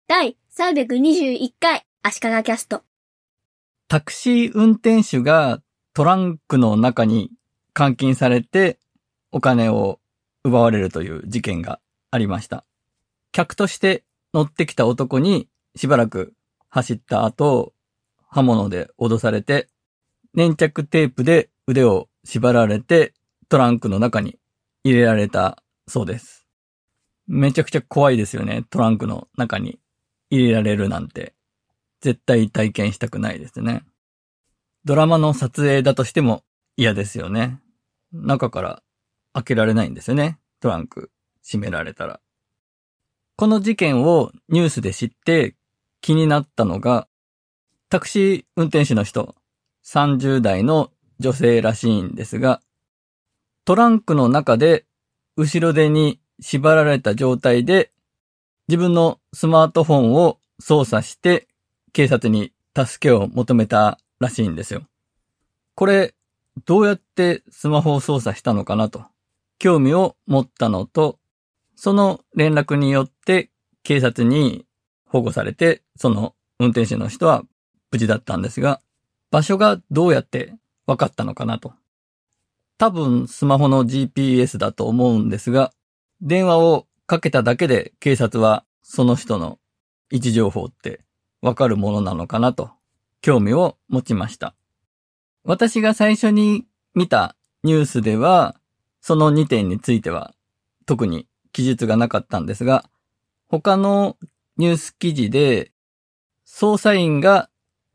第321回足利キャスト。 タクシー運転手がトランクの中に監禁されてお金を奪われるという事件がありました。客として乗ってきた男にしばらく走った後、刃物で脅されて、粘着テープで腕を縛られてトランクの中に入れられたそうです。めちゃくちゃ怖いですよね。トランクの中に入れられるなんて。絶対体験したくないですね。ドラマの撮影だとしても嫌ですよね。中から開けられないんですよね。トランク閉められたら。この事件をニュースで知って気になったのが、タクシー運転手の人、30代の女性らしいんですが、トランクの中で後ろ手に縛られた状態で自分のスマートフォンを操作して警察に助けを求めたらしいんですよ。これ、どうやってスマホを操作したのかなと興味を持ったのと、その連絡によって警察に保護されて、その運転手の人は無事だったんですが、場所がどうやって分かったのかなと。多分スマホの GPS だと思うんですが、電話をかけただけで警察はその人の位置情報ってわかるものなのかなと興味を持ちました。私が最初に見たニュースではその2点については特に記述がなかったんですが、他のニュース記事で捜査員が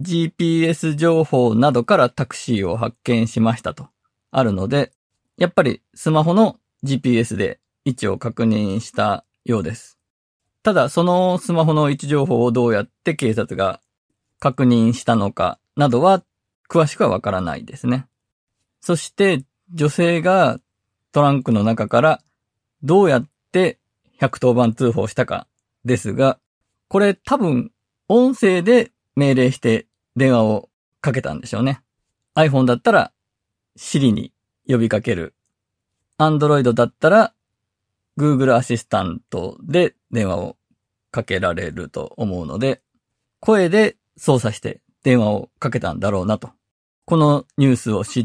GPS 情報などからタクシーを発見しましたとあるので、やっぱりスマホの GPS で位置を確認したようです。ただそのスマホの位置情報をどうやって警察が確認したのかなどは詳しくはわからないですね。そして女性がトランクの中からどうやって110番通報したかですが、これ多分音声で命令して電話をかけたんでしょうね。iPhone だったら Siri に呼びかける。Android だったらGoogle アシスタントで電話をかけられると思うので、声で操作して電話をかけたんだろうなと。このニュースを知って、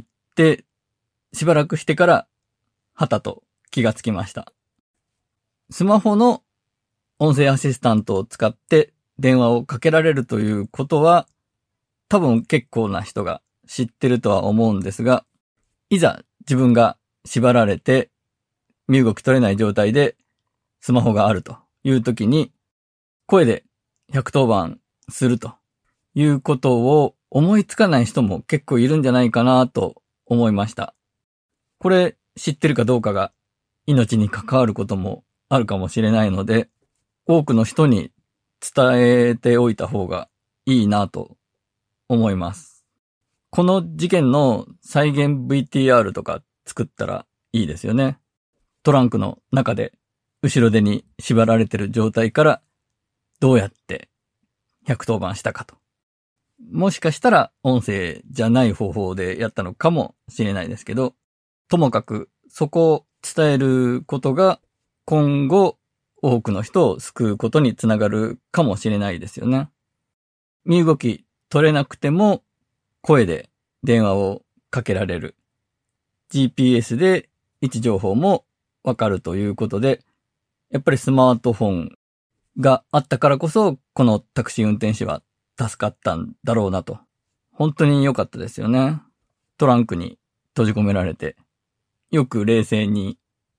しばらくしてからはたと気がつきました。スマホの音声アシスタントを使って電話をかけられるということは、多分結構な人が知ってるとは思うんですが、いざ自分が縛られて身動き取れない状態でスマホがあるという時に声で110番するということを思いつかない人も結構いるんじゃないかなと思いました。これ知ってるかどうかが命に関わることもあるかもしれないので、多くの人に伝えておいた方がいいなと思います。この事件の再現 VTR とか作ったらいいですよね。トランクの中で後ろ手に縛られてる状態からどうやって110番したかと。もしかしたら音声じゃない方法でやったのかもしれないですけど、ともかくそこを伝えることが今後多くの人を救うことにつながるかもしれないですよね。身動き取れなくても声で電話をかけられる。GPS で位置情報もわかるということで、やっぱりスマートフォンがあったからこそ、このタクシー運転手は助かったんだろうなと。本当に良かったですよね。トランクに閉じ込められて、よく冷静に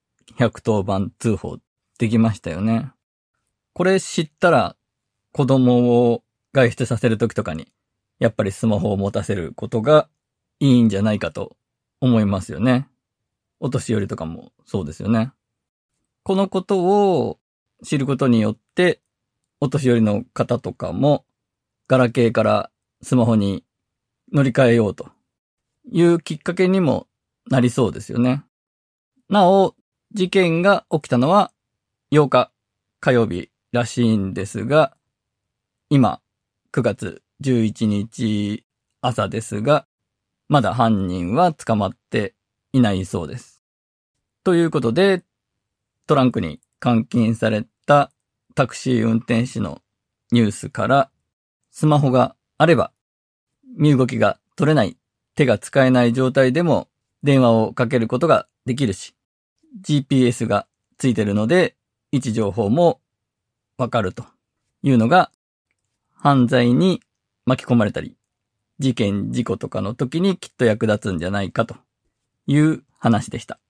110番通報できましたよね。これ知ったら、子供を外出させるときとかに、やっぱりスマホを持たせることがいいんじゃないかと思いますよね。お年寄りとかもそうですよね。このことを知ることによって、お年寄りの方とかも、ガラケーからスマホに乗り換えようというきっかけにもなりそうですよね。なお、事件が起きたのは8日火曜日らしいんですが、今9月11日朝ですが、まだ犯人は捕まっていないそうです。ということで、トランクに監禁されたタクシー運転手のニュースから、スマホがあれば、身動きが取れない、手が使えない状態でも電話をかけることができるし、GPS がついてるので、位置情報もわかるというのが、犯罪に巻き込まれたり、事件、事故とかの時にきっと役立つんじゃないかという話でした。